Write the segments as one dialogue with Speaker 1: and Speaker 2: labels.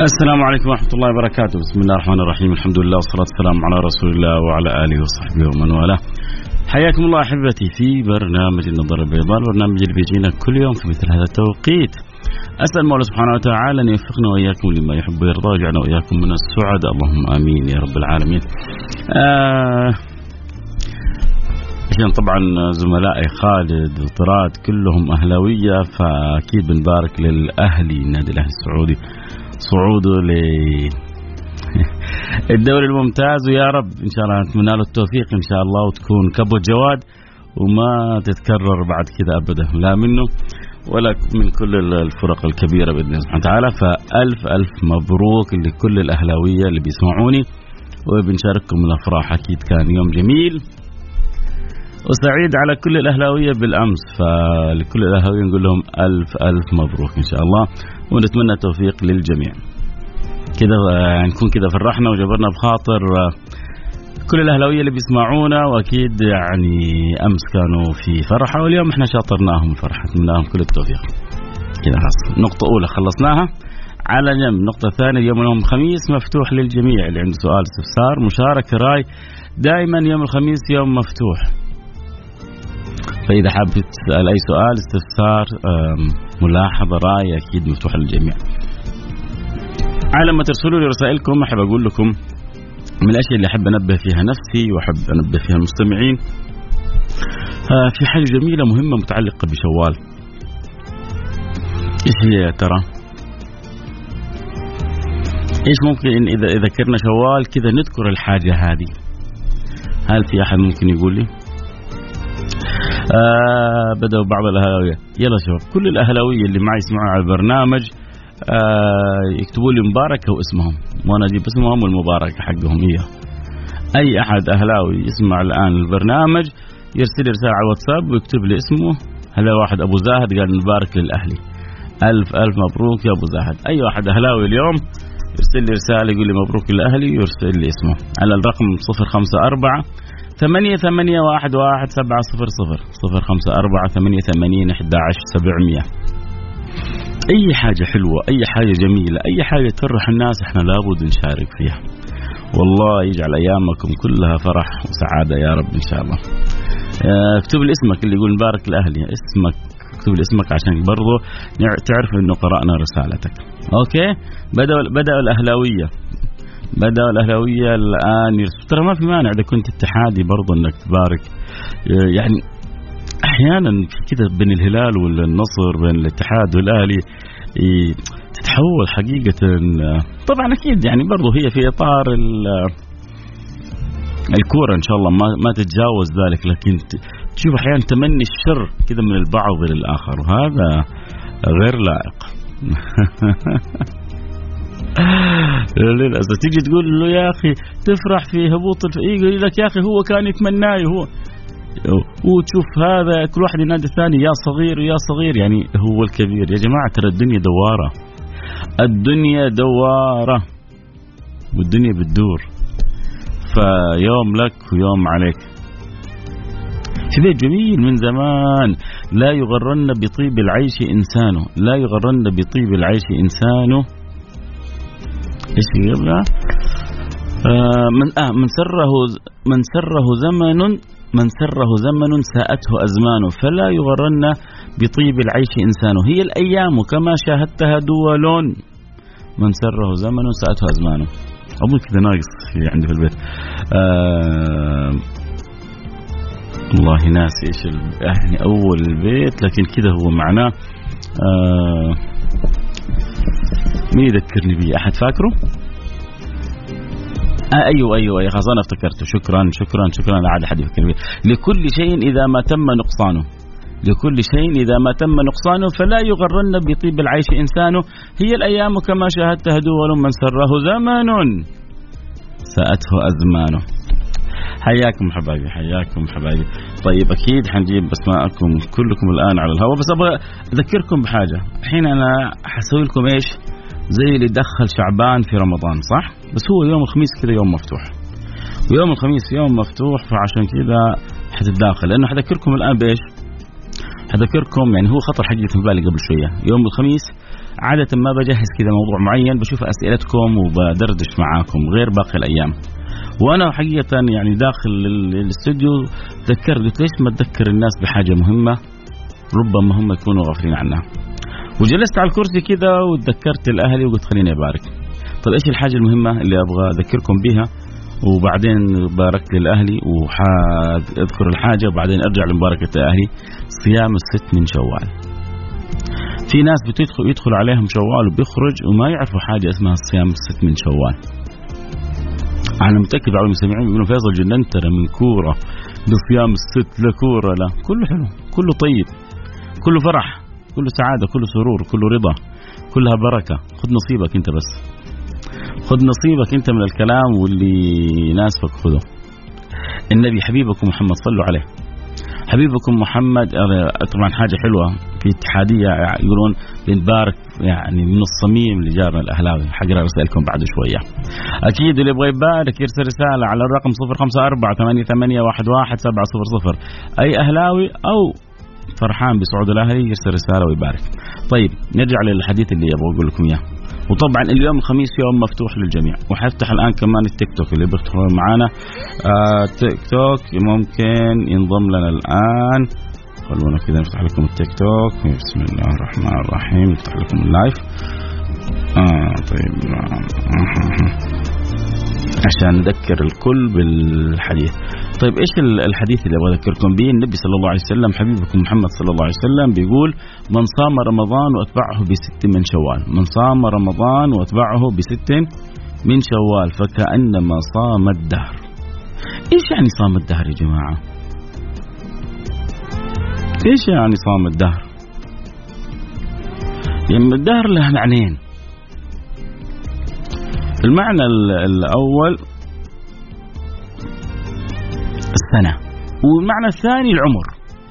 Speaker 1: السلام عليكم ورحمة الله وبركاته. بسم الله الرحمن الرحيم. الحمد لله والصلاة والسلام على رسول الله وعلى آله وصحبه ومن والاه. حياكم الله أحبتي في برنامج النظارة البيضاء، البرنامج اللي بيجينا كل يوم في مثل هذا التوقيت. أسأل الله سبحانه وتعالى أن يوفقنا وإياكم لما يحب ويرضى ويجعلنا وإياكم من السعداء، اللهم آمين يا رب العالمين. طبعا زملائي خالد وطراد كلهم أهلاوية، فأكيد بنبارك للأهلي، النادي الأهلي السعودي صعوده للدوري الممتاز، ويا رب إن شاء الله نتمنى له التوفيق إن شاء الله، وتكون كبوة جواد وما تتكرر بعد كذا أبدا، لا منه ولا من كل الفرق الكبيرة بإذن الله سبحانه وتعالى. فألف ألف مبروك لكل الأهلاوية اللي بيسمعوني، وبنشارككم الأفراح. أكيد كان يوم جميل وسعيد على كل الأهلاوية بالأمس، فلكل الأهلاوية نقول لهم ألف ألف مبروك إن شاء الله، ونتمنى التوفيق للجميع. كده نكون كده فرحنا وجبرنا بخاطر كل الأهلاوية اللي بيسمعونا، وأكيد يعني أمس كانوا في فرحة واليوم إحنا شاطرناهم الفرحة، نتمنى لهم كل التوفيق. كده خلاص، نقطة أولى خلصناها على جنب. نقطة ثانية، يوم الخميس مفتوح للجميع، اللي عنده سؤال استفسار مشاركة راي، دائما يوم الخميس يوم مفتوح. فإذا حابب تسأل أي سؤال استفسار ملاحظة رأي، أكيد مفتوح للجميع. على ما ترسلوا لي رسائلكم أحب أقول لكم من الأشياء اللي أحب أنبه فيها نفسي وأحب أنبه فيها المستمعين، في حاجة جميلة مهمة متعلقة بشوال. إيش هي يا ترى؟ إيش ممكن إذا ذكرنا شوال كذا نذكر الحاجة هذه؟ هل في أحد ممكن يقول لي؟ بدأوا بعض الأهلاوية. يلا شباب، كل الأهلاوية اللي معي يسمعون على البرنامج يكتبوا لي مباركة واسمهم، وأنا أجيب اسمهم والمباركة حقهم هي. أي أحد أهلاوي يسمع الآن البرنامج يرسل رسالة على الواتساب ويكتب لي اسمه. هلا واحد أبو زاهد قال نبارك للأهلي، ألف ألف مبروك يا أبو زاهد. أي واحد أهلاوي اليوم يرسل لي رسالة يقول لي مبروك للأهلي ويرسل لي اسمه على الرقم 054-8811-700 054-8811-700. أي حاجة حلوة، أي حاجة جميلة، أي حاجة تفرح الناس احنا لابد نشارك فيها. والله يجعل أيامكم كلها فرح وسعادة يا رب إن شاء الله. اكتب لي اسمك، اللي يقول مبارك الأهلي اسمك، اكتب لي اسمك عشان برضو تعرف إنه قرأنا رسالتك. أوكي، بدأ الأهلاوية الآن يرسل. ترى ما في مانع إذا كنت اتحادي برضو إنك تبارك، يعني أحيانا كده بين الهلال والنصر، بين الاتحاد والأهلي تتحول حقيقة. طبعا أكيد يعني برضو هي في إطار الكورة إن شاء الله ما تتجاوز ذلك، لكن تشوف أحيانا تمني الشر كده من البعض للآخر، وهذا غير لائق. للأسف تيجي تقول له يا أخي تفرح في هبوط يقول لك يا أخي هو كان يتمناه هو، وتشوف هذا كل واحد ينادي الثاني يا صغير يا صغير، يعني هو الكبير. يا جماعة ترى الدنيا دوارة، الدنيا دوارة والدنيا بتدور، فيوم لك ويوم عليك. في بيت جميل من زمان، لا يغرن بطيب العيش إنسانه، لا يغرن بطيب العيش إنسانه. إيش يقولها؟ من سره زمن ساءته أزمانه، فلا يغرن بطيب العيش إنسانه، هي الأيام كما شاهدتها دول. من سره زمن ساءته أزمانه. أظن كذا ناقص عندي في البيت. والله ناسي إيش يعني أول البيت، لكن كذا هو معناه. مين يذكرني بيه؟ أحد فاكره؟ أيوة خلاص أنا افتكرته. شكرا لا عاد أحد يفكر بيه. لكل شيء إذا ما تم نقصانه فلا يغرن بطيب العيش إنسانه، هي الأيام كما شاهدتها دول. من سره زمان ساءته أزمانه. حياكم حبايبي. طيب أكيد حنجيب أسماءكم كلكم الآن على الهواء، بس أبغى أذكركم بحاجة. الحين أنا حسوي لكم إيش زي اللي دخل شعبان في رمضان، صح؟ بس هو يوم الخميس كذا يوم مفتوح، ويوم الخميس يوم مفتوح، فعشان كذا حتتداخل. لأنه حذكركم الآن بإيش؟ حذكركم يعني هو خطر حقيقة في بالي قبل شوية. يوم الخميس عادة ما بجهز كذا موضوع معين، بشوف أسئلتكم وبدردش معاكم غير باقي الأيام. وأنا حقيقة يعني داخل الاستوديو تذكرت، قلت ليش ما تذكر الناس بحاجة مهمة ربما هم يكونوا غافلين عنها. وجلست على الكرسي كذا وتذكرت الأهلي وقلت خليني أبارك. طيب إيش الحاجة المهمة اللي أبغى أذكركم بها، وبعدين باركت للأهلي وأذكر الحاجة وبعدين أرجع لمباركة الأهلي. صيام 6 من شوال. في ناس يدخل عليهم شوال وبيخرج وما يعرفوا حاجة اسمها صيام 6 من شوال. أنا متأكد بعض المستمعين يقولون فيصل جننت ترى من كورة بصيام 6 لا كورة لا، كله حلو، كله طيب، كله فرح، كله سعادة، كله سرور، كله رضا، كلها بركة. خذ نصيبك أنت، بس خذ نصيبك أنت من الكلام واللي يناسبك خذه. النبي حبيبكم محمد صلوا عليه. حبيبكم محمد طبعا حاجة حلوة في اتحادية يقولون بنبارك يعني من الصميم لجارنا الأهلاوي. حقرأ رسائلكم بعد شوية. أكيد اللي يبغى يبارك يرسل رسالة على الرقم 0548811700. أي أهلاوي أو فرحان بصعود الأهلي يرسل رسالة ويبارك. طيب نرجع للحديث اللي أبغى أقول لكم إياه. وطبعا اليوم الخميس يوم مفتوح للجميع، وحفتح الآن كمان التيك توك اللي بيدخلون معانا. تيك توك ممكن ينضم لنا الآن. خلونا كذا نفتح لكم التيك توك. بسم الله الرحمن الرحيم. نفتح لكم اللايف. طيب عشان نذكر الكل بالحديث. طيب إيش الحديث اللي أبغى أذكركم به؟ النبي صلى الله عليه وسلم حبيبكم محمد صلى الله عليه وسلم بيقول من صام رمضان وأتبعه ب6 من شوال. من صام رمضان وأتبعه ب6 من شوال فكأنما صام الدهر. إيش يعني صام الدهر يا جماعة؟ إيش يعني صام الدهر؟ يعني الدهر له معنيين. المعنى الأول السنة، والمعنى الثاني العمر.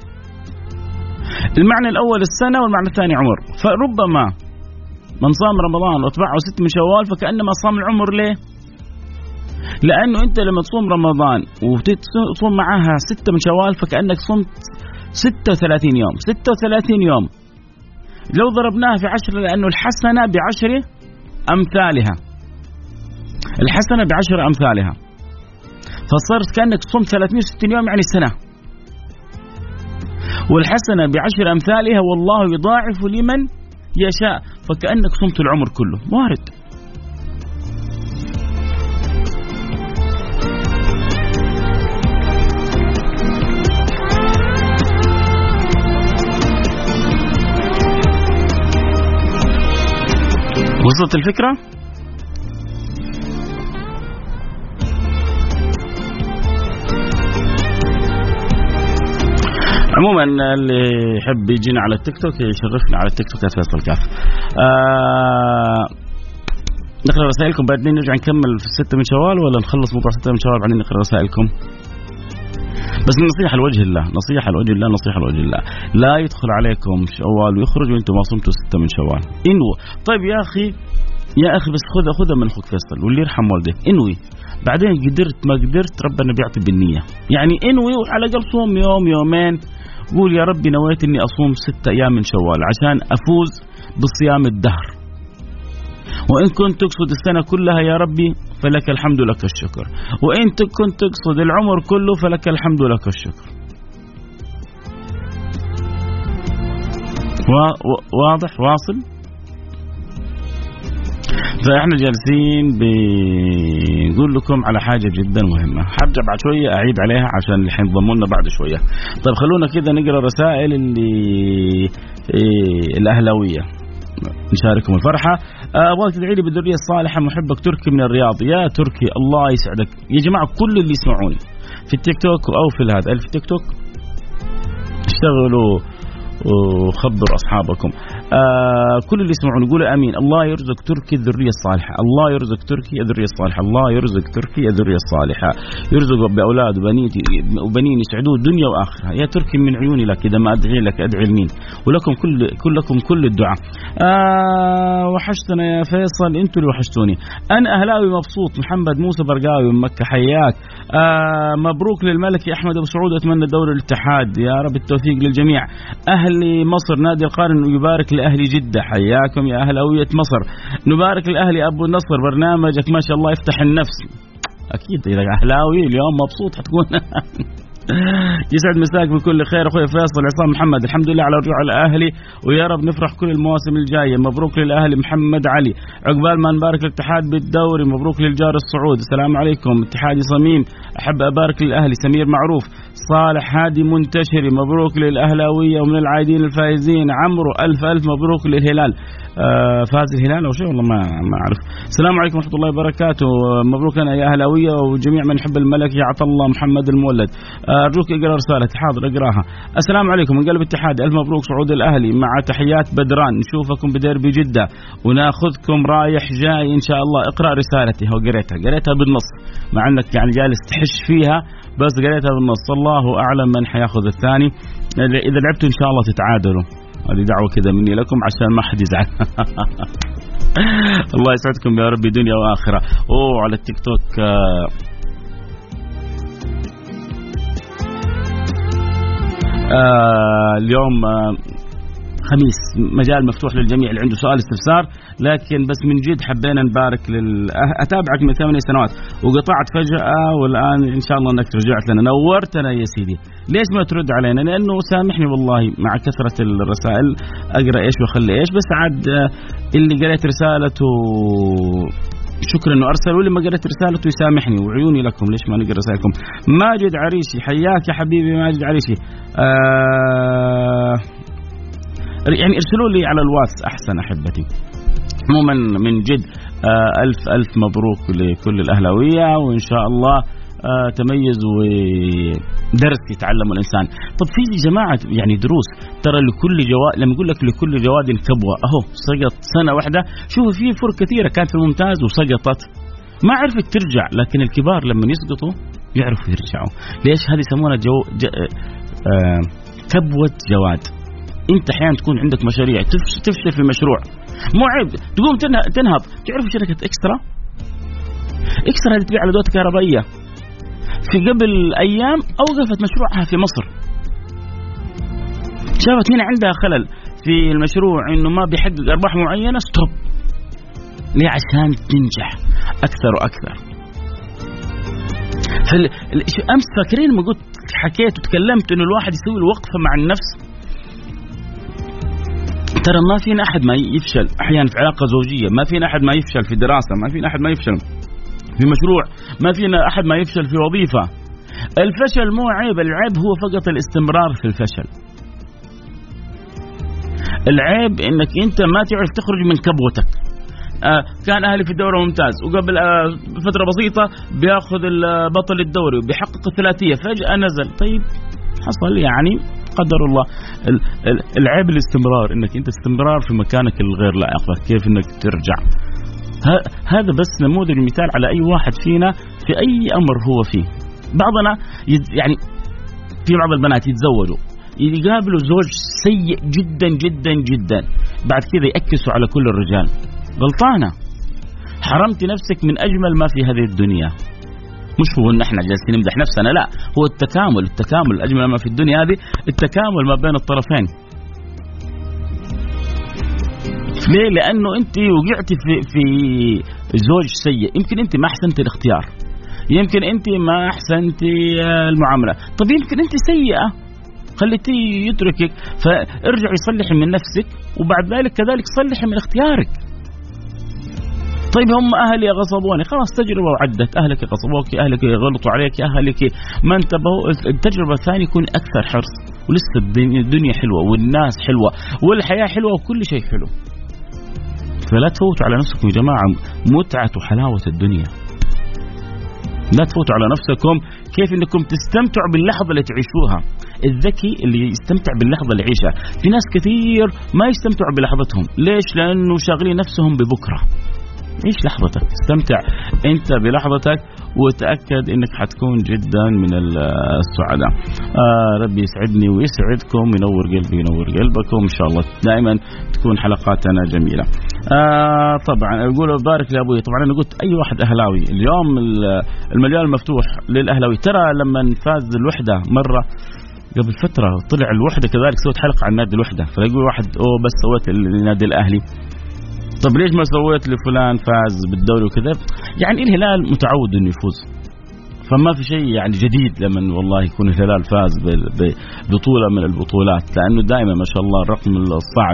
Speaker 1: المعنى الأول السنة والمعنى الثاني عمر. فربما من صام رمضان واتبعه 6 من شوال فكأنما صام العمر. ليه؟ لأنه أنت لما تصوم رمضان وتصوم معها 6 من شوال فكأنك صمت 36 يوم. 36 يوم لو ضربناها في 10، لأنه الحسنة ب10 أمثالها. الحسنة ب10 أمثالها، فصارت كأنك صمت 360 يوم يعني سنة. والحسنة ب10 أمثالها والله يضاعف لمن يشاء، فكأنك صمت العمر كله. وارد. وصلت الفكرة؟ عموما اللي يحب يجينا على التيك توك يشرفنا على التيك توك @فيصل كاف. نقرأ رسائلكم بعدين نرجع نكمل في 6 من شوال، ولا نخلص موضوع 6 من شوال بعدين نقرأ رسائلكم؟ بس نصيحة لوجه الله، نصيحة لوجه الله، نصيحة لوجه الله، لا يدخل عليكم شوال ويخرج وانتم ما صمتوا 6 من شوال. انوي. طيب يا أخي بس خذها من أخوك فيصل واللي يرحم والديك. انوي، بعدين قدرت ما قدرت ربنا بيعطي بالنية. يعني انوي وعلى الأقل صوم يوم يومين، قول يا ربي نويت اني اصوم 6 أيام من شوال عشان افوز بصيام الدهر. وان كنت تقصد السنة كلها يا ربي فلك الحمد لك الشكر، وان كنت تقصد العمر كله فلك الحمد لك الشكر. واضح واصل؟ فاحنا جالسين بنقول لكم على حاجة جدا مهمة، حرجع بعد شوية أعيد عليها عشان اللي حينضموا لنا بعد شوية. طيب خلونا كده نقرأ رسائل اللي الأهلاوية نشارككم الفرحة. أبغاك تدعي لي بالذرية الصالحة، محبك تركي من الرياض. يا تركي الله يسعدك. يا جماعة كل اللي يسمعوني في التيك توك أو في هذا في التيك توك اشتغلوا وخبروا أصحابكم. كل اللي يسمعون يقولوا آمين. الله يرزق تركي الذرية الصالحة، الله يرزق تركي الذرية الصالحة، الله يرزق تركي الذرية الصالحة، يرزق بأولاد وبنين يسعدوه دنيا وآخرة. يا تركي من عيوني لك، إذا ما أدعي لك أدعي لمين؟ ولكم كلكم كل الدعاء. وحشتنا يا فيصل، أنتوا اللي وحشتوني. أنا أهلاوي مبسوط. محمد موسى برقاوي من مكة حياك. مبروك للملكي أحمد أبو سعود، أتمنى دوري الاتحاد، يا رب التوفيق للجميع. أهلي مصر، نادي القارن يبارك لأهل جدة، حياكم يا أهلاوية مصر. نبارك لأهل أبو النصر، برنامجك ما شاء الله يفتح النفس. أكيد إذا أهلاوي اليوم مبسوط حتكون. يسعد مساك بكل خير أخوي فيصل عصام محمد، الحمد لله على رجوع الأهلي، ويا رب نفرح كل المواسم الجاية. مبروك للأهلي محمد علي. عقبال ما نبارك الاتحاد بالدوري، مبروك للجار الصعود. السلام عليكم اتحادي صميم، أحب أبارك للأهلي. سمير معروف. صالح هادي منتشري، مبروك للأهلاوية ومن العايدين الفائزين. عمرو ألف ألف مبروك للهلال. فاز الهلال أو شيء والله ما أعرف. السلام عليكم ورحمة الله وبركاته، مبروك أنا يا أهلاوية وجميع من يحب الملك يا عطا الله محمد المولد. أرجوك اقرأ رسالتي. حاضر اقراها. السلام عليكم من قلب الاتحاد، ألف مبروك صعود الأهلي، مع تحيات بدران. نشوفكم بديربي جدة وناخذكم رايح جاي إن شاء الله. اقرأ رسالتي. هو قريتها بالنص، مع أنك يعني جالس تحش فيها، بس قريتها بالنص. الله أعلم من حياخذ الثاني. إذا لعبتوا إن شاء الله تتعادلوا، هذه دعوة كذا مني لكم عشان ما حد يزعل. الله يسعدكم يا رب دنيا وآخرة. على التيك توك اليوم خميس، مجال مفتوح للجميع اللي عنده سؤال استفسار، لكن بس من جد حبينا نبارك أتابعك من 8 سنوات وقطعت فجأة، والآن إن شاء الله أنك رجعت لنا، نورتنا يا سيدي. ليش ما ترد علينا؟ لأنه سامحني والله مع كثرة الرسائل أقرأ إيش وخلي إيش، بس عاد اللي قرأت رسالته شكرا انه ارسل، واللي ما قرأت رسالته يسامحني، وعيوني لكم ليش ما نقرأ رسائلكم. ماجد عريشي، حياك يا حبيبي ماجد عريشي. يعني ارسلوا لي على الواتس احسن احبتي. عموما من جد الف مبروك لكل الاهلاويه، وان شاء الله تميز ودرس يتعلمه الانسان. طب في جماعه يعني دروس، ترى لكل جواد، لما يقول لك لكل جواد كبوه، اهو سقط سنه واحده. شوفوا في فرق كثيره كانت في الممتاز وسقطت ما عرفت ترجع، لكن الكبار لما يسقطوا يعرفوا يرجعوا. ليش؟ هذه يسمونها كبوه جواد. انت احيانا تكون عندك مشاريع تفشل في مشروع، مو عيب تقوم تنهض. تعرف شركه اكسترا هذه تبيع ادوات كهربائيه، في قبل أيام أوقفت مشروعها في مصر. شافت هنا عندها خلل في المشروع، إنه ما بيحقق أرباح معينة، ستوب. ليه؟ عشان تنجح أكثر وأكثر. أمس فاكرين ما قلت حكيت وتكلمت إنه الواحد يسوي الوقفة مع النفس. ترى ما فينا أحد ما يفشل أحيانا في علاقة زوجية، ما فينا أحد ما يفشل في دراسة، ما فينا أحد ما يفشل في مشروع، ما فينا أحد ما يفشل في وظيفة. الفشل مو عيب، العيب هو فقط الاستمرار في الفشل. العيب إنك أنت ما تعرف تخرج من كبوتك. كان أهلي في الدوري ممتاز، وقبل فترة بسيطة بياخذ البطل الدوري وبيحقق الثلاثية، فجأة نزل. طيب حصل يعني قدر الله. العيب الاستمرار، إنك أنت استمرار في مكانك الغير لائق، كيف إنك ترجع. هذا بس نموذج مثال على أي واحد فينا في أي أمر هو فيه. بعضنا يعني في بعض البنات يتزوجوا يقابلوا زوج سيء جدا جدا جدا، بعد كذا يأكسوا على كل الرجال. غلطانة، حرمت نفسك من أجمل ما في هذه الدنيا. مش هو إن احنا جالسين نمدح نفسنا، لا، هو التكامل أجمل ما في الدنيا هذه التكامل ما بين الطرفين. ليه؟ لأنه أنت وقعتي في زوج سيء، يمكن أنت ما أحسنت الاختيار، يمكن أنت ما أحسنت المعاملة، طب يمكن أنت سيئة خليتيه يتركك، فارجعي صلحي من نفسك، وبعد ذلك كذلك صلحي من اختيارك. طيب هم أهلي غصبوني، خلاص تجربة وعدت، أهلك غصبوك، أهلك غلطوا عليك، أهلك ما انتبهوا. التجربة الثانية يكون أكثر حرص، ولسه الدنيا حلوة والناس حلوة والحياة حلوة وكل شيء حلو. فلا تفوتوا على نفسكم يا جماعة متعة وحلاوة الدنيا. لا تفوتوا على نفسكم كيف انكم تستمتعوا باللحظة اللي تعيشوها. الذكي اللي يستمتع باللحظة اللي يعيشها. في ناس كثير ما يستمتعوا بلحظتهم، ليش؟ لأنه شاغلين نفسهم ببكرة. عيش لحظتك، استمتع انت بلحظتك، وتأكد انك حتكون جدا من السعداء. ربي يسعدني ويسعدكم، ينور قلبي ينور قلبكم ان شاء الله. دائما تكون حلقاتنا جميلة. طبعا اقول بارك لابوي. طبعا انا قلت اي واحد اهلاوي اليوم المجال مفتوح للاهلاوي. ترى لما فاز الوحدة مرة قبل فترة طلع الوحدة كذلك سوت حلقة عن نادي الوحدة، فيقول واحد بس سويت النادي الأهلي، طب ليش ما سويت لفلان فاز بالدوري وكذا؟ يعني الهلال متعود إنه يفوز، فما في شيء يعني جديد لما والله يكون الهلال فاز ببطولة من البطولات، لأنه دائما ما شاء الله الرقم الصعب.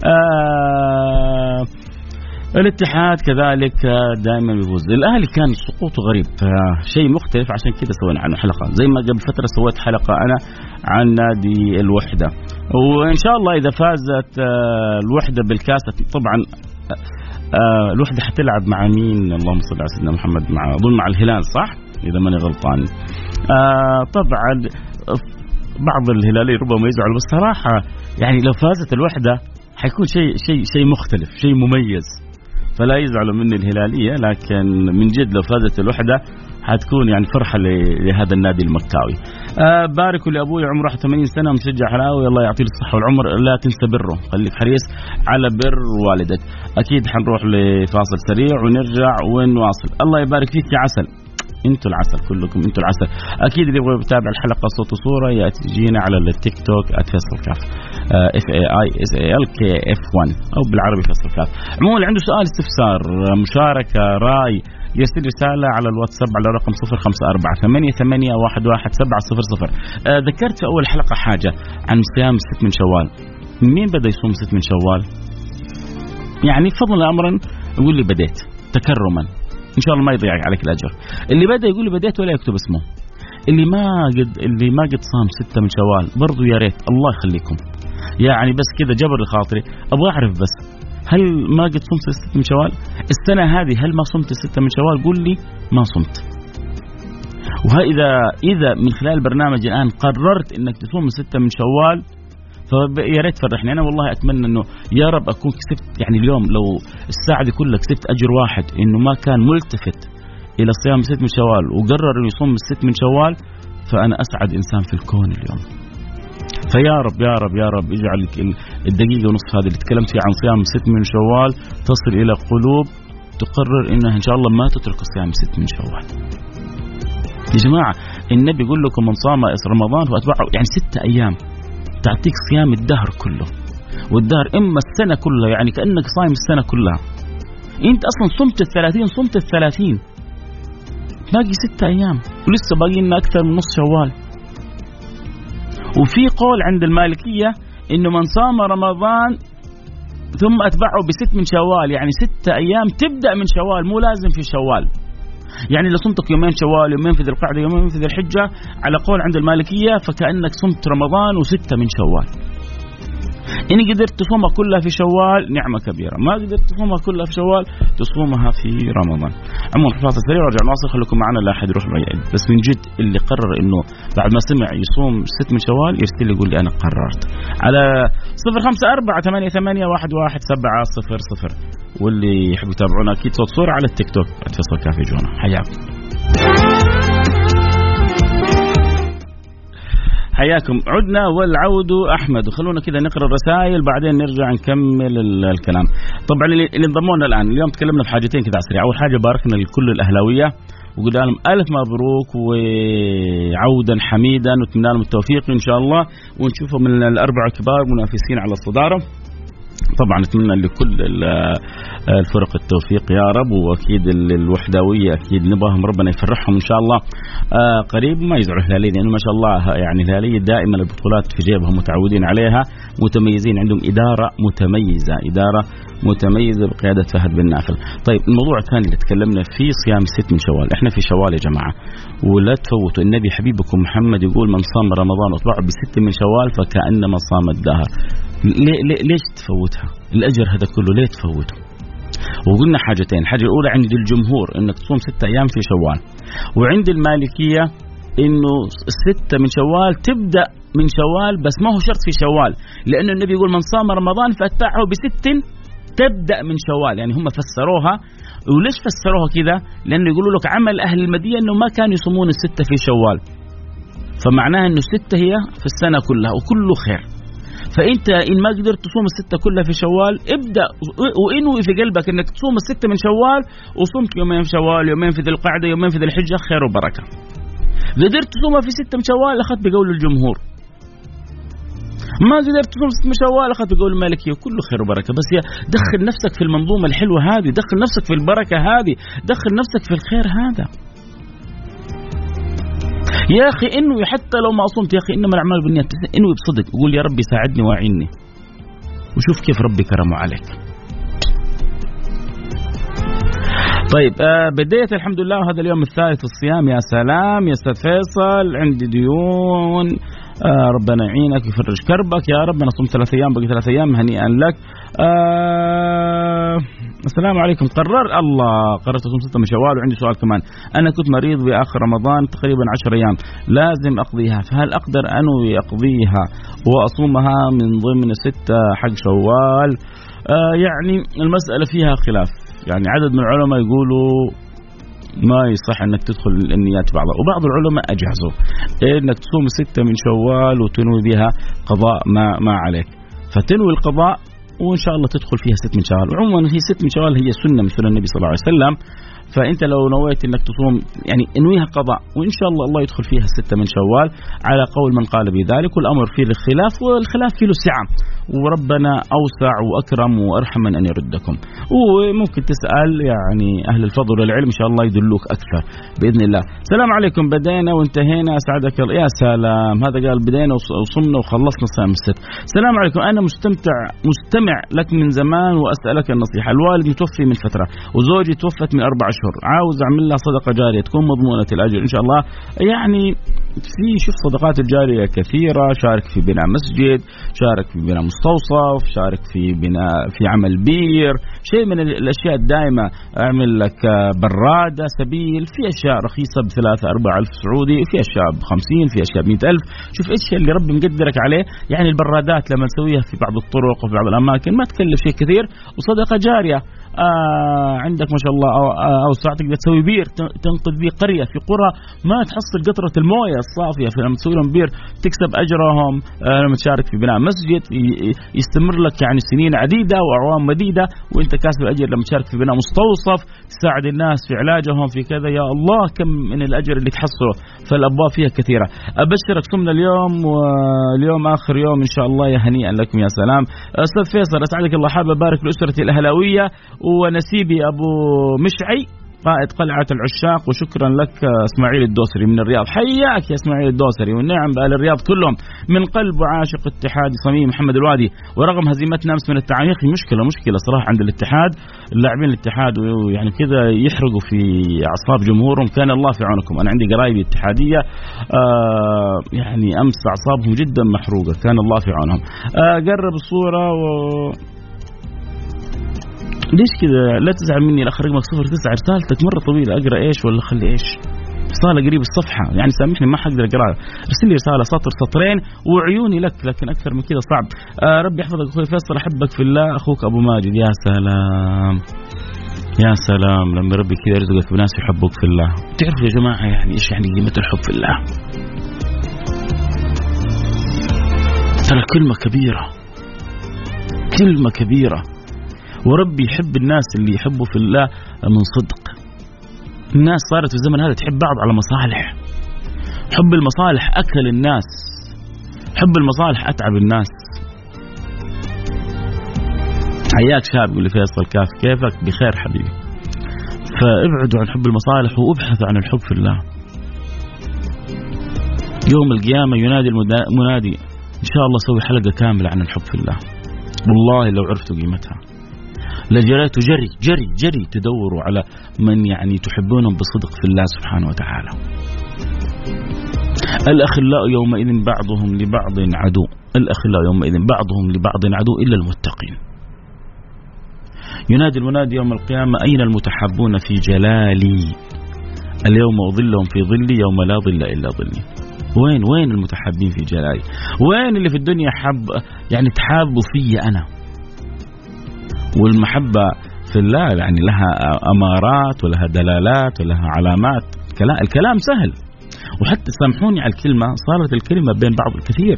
Speaker 1: الاتحاد كذلك دائما بيفوز. الأهلي كان سقوطه غريب، شيء مختلف، عشان كده سوينا عنه حلقة، زي ما قبل فترة سويت حلقة أنا عن نادي الوحدة. وإن شاء الله إذا فازت الوحدة بالكاس، طبعا الوحدة حتلعب مع مين؟ اللهم صل على سيدنا محمد، أظن مع الهلال صح إذا ماني غلطان. طبعا بعض الهلالي ربما يزعلوا، بس صراحة يعني لو فازت الوحدة حيكون شيء مختلف، شيء مميز، فلا يزعلوا مني الهلالية، لكن من جد لو فازت الوحدة حتكون يعني فرحة لهذا النادي المكاوي. باركوا لأبوي عمره 80 سنة، مشجع حلاوي، الله يعطيه الصحة والعمر، لا تنسى بره، خليك حريص على بر والدك. أكيد حنروح لفاصل سريع ونرجع ونواصل. الله يبارك فيك يا عسل، انتوا العسل كلكم، انتوا العسل. اكيد اللي يبغى يتابع الحلقه صوت وصوره يجينا على التيك توك @فيصل_كاف FAISALKF1 او بالعربي فيصل كاف. عموما اللي عنده سؤال، استفسار، مشاركه، راي، يرسل رساله على الواتساب على رقم 0548811700. ذكرت في اول حلقه حاجه عن صيام 6 من شوال. مين بدا يصوم 6 من شوال؟ يعني فضلا امرا يقول لي بديت تكرما، إن شاء الله ما يضيع عليك الأجر. اللي بدأ يقول لي بديت ولا يكتب اسمه. اللي ما قد صام 6 من شوال برضو يا ريت الله يخليكم، يعني بس كذا جبر لخاطري، أبغى أعرف بس هل ما قد صمت 6 من شوال السنة هذه؟ هل ما صمت 6 من شوال؟ قول لي ما صمت. إذا من خلال البرنامج الآن قررت إنك تصوم 6 من شوال، فيا ريت تفرحني. أنا والله أتمنى إنه يا رب أكون كسبت، يعني اليوم لو الساعة دي كلها كسبت أجر واحد إنه ما كان ملتفت إلى صيام 6 من شوال وقرر إنه يصوم 6 من شوال، فأنا أسعد إنسان في الكون اليوم. فيا رب يا رب يا رب اجعل الدقيقة ونصف هذه اللي تكلمت فيها عن صيام 6 من شوال تصل إلى قلوب تقرر إنها إن شاء الله ما تترك صيام 6 من شوال. يا جماعة النبي يقول لكم من صام رمضان وأتبعه، يعني 6 أيام تعطيك صيام الدهر كله، والدهر إما السنة كلها، يعني كأنك صايم السنة كلها. أنت أصلا صمت 30، صمت 30، باقي 6 أيام ولسه باقي لنا أكثر من نص شوال. وفي قول عند المالكية إنه من صام رمضان ثم أتبعه ب6 من شوال، يعني 6 أيام تبدأ من شوال، مو لازم في شوال. يعني لو صمتك يومين شوال، يومين في ذي القعدة، يومين في ذي الحجة، على قول عند المالكية فكأنك صمت رمضان و6 من شوال. إن قدرت تصومها كلها في شوال نعمة كبيرة، ما قدرت تصومها كلها في شوال تصومها في رمضان. عموما فاصل سريع وارجع نواصل، خليكم معنا لا أحد يروح بعيد. بس من جد اللي قرر إنه بعد ما سمع يصوم 6 من شوال يرسل لي يقول لي أنا قررت على 0548811700. واللي يحب يتابعونا أكيد صوت صورة على التيك توك @فيصل كاف يجونا. حياكم. عدنا والعود أحمد، وخلونا كذا نقرأ الرسائل بعدين نرجع نكمل الكلام. طبعا اللي انضمونا الآن اليوم تكلمنا في حاجتين كذا سريع. أول حاجة باركنا لكل الأهلاوية وقلنا لهم ألف مبروك وعودا حميدا، ونتمنى لهم التوفيق إن شاء الله، ونشوفهم من الأربعة كبار منافسين على الصدارة. طبعا نتمنى لكل الفرق التوفيق يا رب، واكيد الوحداويه اكيد نبغاهم ربنا يفرحهم ان شاء الله قريب، ما يزعلوا الهلاليين لانه ما شاء الله يعني الهلاليه دائما البطولات في جيبهم متعودين عليها، متميزين، عندهم اداره متميزه بقياده فهد بن نافل. طيب الموضوع الثاني اللي تكلمنا فيه صيام 6 من شوال. احنا في شوال يا جماعه ولا تفوتوا، النبي حبيبكم محمد يقول من صام رمضان واتبعه ب6 من شوال فكأنما صام الدهر. ليش تفوتها الأجر هذا كله؟ ليه تفوته؟ وقلنا حاجتين، الحاجة الأولى عند الجمهور إنك تصوم 6 أيام في شوال، وعند المالكية إنه 6 من شوال تبدأ من شوال، بس ما هو شرط في شوال، لأنه النبي يقول من صام رمضان فأتبعه ب6 تبدأ من شوال. يعني هم فسروها، وليش فسروها كذا؟ لأنه يقولوا لك عمل أهل المدينة إنه ما كانوا يصومون 6 في شوال، فمعناها إنه 6 هي في السنة كلها وكله خير. فأنت إن ما قدرت تصوم 6 كلها في شوال ابدأ وإنوي في قلبك إنك تصوم 6 من شوال، وصمت يومين في شوال، يومين في ذي القعدة، يومين في ذي الحجة، خير وبركة. قدرت تصومها في 6 من شوال أخذت بقول الجمهور، ما قدرت تصوم 6 من شوال أخذت بقول المالكية وكله خير وبركة. بس يا دخل نفسك في المنظومة الحلوة هذه، دخل نفسك في البركة هذه، دخل نفسك في الخير هذا يا أخي. إنه حتى لو ما صمت يا أخي إنما الأعمال بالنيات، إنه بصدق قول يا ربي ساعدني واعيني، وشوف كيف ربي كرمه عليك. طيب بديت الحمد لله وهذا اليوم الثالث الصيام. يا سلام يا أستاذ فيصل، عندي ديون ربنا يعينك ويفرج كربك يا رب. أنا صمت 3 أيام بقي 3 أيام، هنيئا لك. السلام عليكم. قررت أصوم 6 من شوال. وعندي سؤال كمان، أنا كنت مريض بآخر رمضان تقريبا 10 أيام لازم أقضيها، فهل أقدر أنوي أقضيها وأصومها من ضمن 6 حق شوال؟ يعني المسألة فيها خلاف، يعني عدد من العلماء يقولوا ما يصح أنك تدخل النيات بعضها، وبعض العلماء أجازوا أنك تصوم 6 من شوال وتنوي بها قضاء ما عليك، فتنوي القضاء وإن شاء الله تدخل فيها 6 من شوال. وعموما هي 6 من شوال هي سنة من سنن النبي صلى الله عليه وسلم، فأنت لو نويت أنك تصوم يعني انويها قضاء، وإن شاء الله يدخل فيها 6 من شوال على قول من قال بذلك. والأمر فيه الخلاف، والخلاف فيه السعة، وربنا أوسع وأكرم وأرحم من أن يردكم. وممكن تسأل يعني أهل الفضل والعلم إن شاء الله يدلوك أكثر بإذن الله. السلام عليكم، بدينا وانتهينا أسعدك الله. يا سلام، هذا قال بدينا وصمنا وخلصنا صيام الست. السلام عليكم، أنا مستمع لك من زمان وأسألك النصيحة. الوالد متوفي من فترة وزوجي توفت من 4 أشهر، عاوز أعمل لها صدقة جارية تكون مضمونة الأجر إن شاء الله. يعني في شوف صدقات الجارية كثيرة، شارك في بناء مسجد، شارك في بناء مستوصف، شارك في عمل بير، شيء من الأشياء الدائمة. أعمل لك برادة سبيل، في أشياء رخيصة ب3-4 ألف سعودي، في أشياء ب50، في أشياء ب100 ألف. شوف إيش اللي ربي مقدرك عليه. يعني البرادات لما نسويها في بعض الطرق وفي بعض الأماكن ما تكلف شيء كثير، وصدقة جارية. عندك ما شاء الله أوسع، تقدر تسوي بير تنقذ به قرية في قرى ما تحصل قطرة الموية الصافية، فلما تسوي لهم بير تكسب أجرهم. لما تشارك في بناء مسجد يستمر لك يعني سنين عديدة وأعوام مديدة وأنت كاسب الأجر. لما تشارك في بناء مستوصف تساعد الناس في علاجهم في كذا، يا الله كم من الأجر اللي تحصله. فالأبواب فيها كثيرة. أبشرك صمنا اليوم، واليوم آخر يوم إن شاء الله، يا هنيئا لكم. يا سلام أستاذ فيصل، أسعدك الله. حابب أبارك لأسرتي الأهلاوية ونسيبي أبو مشعي قائد قلعة العشاق، وشكرا لك اسماعيل الدوسري من الرياض. حياك يا اسماعيل الدوسري، والنعم بأهل الرياض كلهم من قلب وعاشق اتحادي صميم محمد الوادي. ورغم هزيمتنا امس من التعانيق، مشكلة صراحة عند الاتحاد، اللاعبين الاتحاد يعني كذا يحرقوا في اعصاب جمهورهم. كان الله في عونكم. انا عندي قرايبي اتحادية يعني امس اعصابهم جدا محروقة، كان الله في عونهم. قرب الصورة ليش كذا؟ لا تزعل مني، الأخ رقمك 09. رسالتك مرة طويلة، أقرأ إيش ولا خلي إيش؟ رسالة قريب الصفحة، يعني سامحني ما حقدر أقرأها. ارسل لي رسالة سطرين وعيوني لك، لكن أكثر من كذا صعب. ربي يحفظك أخوي فيصل، أحبك في الله. أخوك أبو ماجد. يا سلام يا سلام لما ربي كذا يرزقك بناس يحبوك في الله. تعرفوا يا جماعة يعني إيش يعني قيمة الحب في الله؟ ترى كلمة كبيرة، كلمة كبيرة. وربي يحب الناس اللي يحبوا في الله من صدق. الناس صارت في الزمن هذا تحب بعض على مصالح. حب المصالح أكل الناس، حب المصالح أتعب الناس. حياك شاب يقول لي فيصل كاف كيفك؟ بخير حبيبي. فابعدوا عن حب المصالح وابحثوا عن الحب في الله. يوم القيامة ينادي المنادي إن شاء الله سوي حلقة كاملة عن الحب في الله. والله لو عرفتوا قيمتها لجريتوا جري جري جري تدوروا على من يعني تحبونهم بصدق في الله سبحانه وتعالى. الأخلاء يومئذ بعضهم لبعض عدو، الأخلاء يومئذ بعضهم لبعض عدو إلا المتقين. ينادي المنادي يوم القيامة أين المتحبون في جلالي؟ اليوم أظلهم في ظلي يوم لا ظل إلا ظلي. وين المتحبين في جلالي؟ وين اللي في الدنيا يعني تحابوا في أنا؟ والمحبة في الله يعني لها أمارات ولها دلالات ولها علامات. الكلام سهل، وحتى سامحوني على الكلمة، صارت الكلمة بين بعض الكثير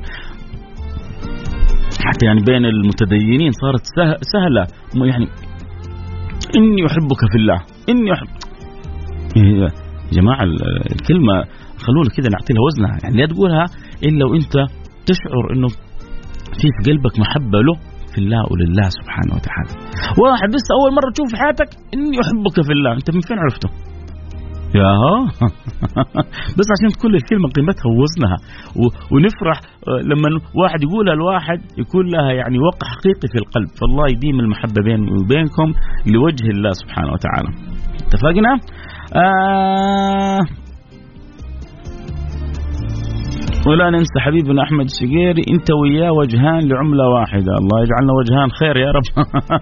Speaker 1: حتى يعني بين المتدينين صارت سهلة. يعني إني أحبك في الله، إني أحب. يا جماعة الكلمة خلونا كذا نعطيها وزنها، يعني لا تقولها إلا وإنت تشعر إنه في قلبك محبة له في الله ولله سبحانه وتعالى. واحد بس أول مرة تشوف في حياتك إني أحبك في الله، أنت من فين عرفته؟ ياها بس عشان تكون الكلمة قيمتها ووزنها ونفرح لما واحد يقولها الواحد يكون لها يعني وقع حقيقي في القلب. فالله يديم المحبة بيني وبينكم لوجه الله سبحانه وتعالى. اتفقنا؟ ولا ننسى حبيبنا أحمد الشقيري، أنت وياه وجهان لعملة واحدة. الله يجعلنا وجهان خير يا رب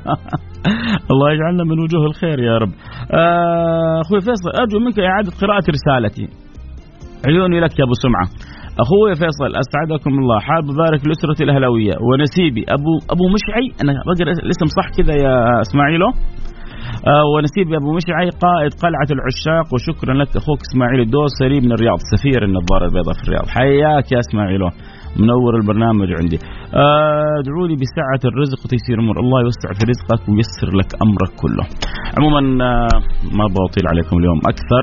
Speaker 1: الله يجعلنا من وجوه الخير يا رب. أخوي فيصل أرجو منك إعادة قراءة رسالتي، عيوني لك يا أبو سمعة. أخوي فيصل أسعدكم الله، حاب أبارك لأسرة الأهلاوية ونسيبي أبو مشعي، أنا بقرأ الاسم صح كذا يا إسماعيلو؟ ونسيبي أبو مشعي قائد قلعة العشاق، وشكرا لك أخوك إسماعيل الدوسري من الرياض، سفير النظارة البيضاء في الرياض. حياك يا إسماعيل، منور البرنامج عندي. ادعوا لي بسعة الرزق وتيسير الأمور، الله يوسع في رزقك ويسر لك أمرك كله. عموما ما بطيل عليكم اليوم أكثر،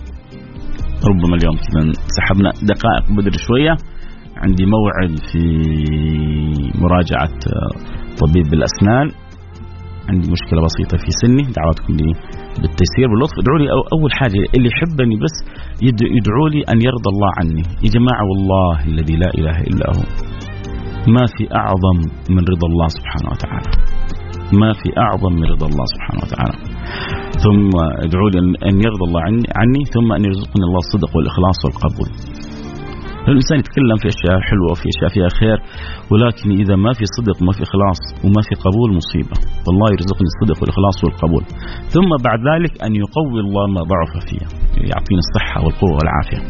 Speaker 1: ربما اليوم كذا سحبنا دقائق بدري شوية، عندي موعد في مراجعة طبيب الأسنان، عندي مشكلة بسيطة في سني، دعواتكم لي بالتيسير باللطف. ادعوا لي أول حاجة اللي يحبني بس يدعوا لي أن يرضى الله عني. يا جماعة والله الذي لا إله إلا هو ما في أعظم من رضا الله سبحانه وتعالى، ما في أعظم من رضا الله سبحانه وتعالى. ثم ادعوا لي أن يرضى الله عني، ثم أن يرزقني الله الصدق والإخلاص والقبول. الإنسان يتكلم في أشياء حلوة وفي أشياء فيها خير، ولكن إذا ما في صدق وما في إخلاص وما في قبول مصيبة. والله يرزقني الصدق والإخلاص والقبول، ثم بعد ذلك أن يقوي الله ما ضعف فيه، يعطينا الصحة والقوة والعافية.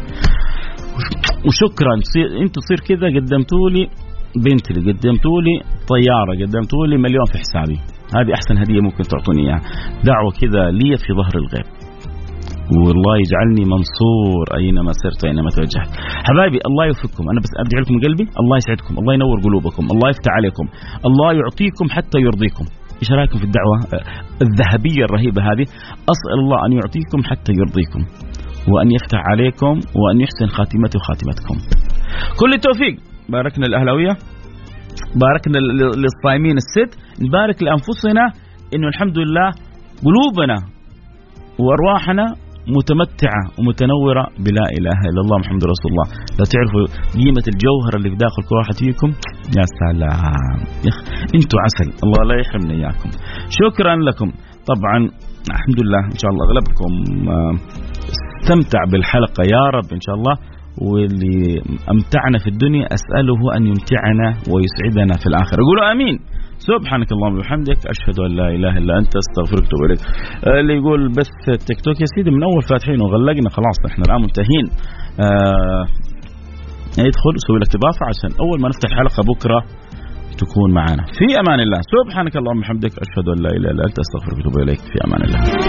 Speaker 1: وشكرا أنتوا تصير كذا، قدمتوا لي بنتي، قدمتوا لي طيارة، قدمتوا لي مليون في حسابي. هذه أحسن هدية ممكن تعطوني إياها، دعوة كذا لي في ظهر الغيب، والله يجعلني منصور أينما سرت أينما توجهت. حبايبي الله يوفقكم، أنا بس أدعي لكم قلبي، الله يسعدكم، الله ينور قلوبكم، الله يفتح عليكم، الله يعطيكم حتى يرضيكم. إيش رأيكم في الدعوة الذهبية الرهيبة هذه؟ أسأل الله أن يعطيكم حتى يرضيكم، وأن يفتح عليكم، وأن يحسن خاتمته وخاتمتكم. كل التوفيق. باركنا الأهلاوية، باركنا للصائمين الست، نبارك لأنفسنا إنه الحمد لله قلوبنا وأرواحنا متمتعة ومتنورة بلا إله إلا الله محمد رسول الله. لا تعرفوا قيمة الجوهر اللي بداخل كل واحد فيكم. يا سلام يا أخي، أنتوا عسل، الله لا يحرمنا إياكم. شكرا لكم. طبعا الحمد لله إن شاء الله أغلبكم استمتع بالحلقة يا رب إن شاء الله، واللي أمتعنا في الدنيا أسأله أن يمتعنا ويسعدنا في الآخرة. قولوا آمين. سبحانك اللهم وبحمدك، أشهد أن لا إله إلا أنت، أستغفرك وأتوب إليك. اللي يقول بس تيك توك يا سيدي من أول فاتحين وغلقنا خلاص، إحنا الآن منتهين. يدخل سوي لك إضافة عشان أول ما نفتح حلقة بكرة تكون معنا. في أمان الله. سبحانك اللهم وبحمدك، أشهد أن لا إله إلا أنت، أستغفرك وأتوب إليك. في أمان الله.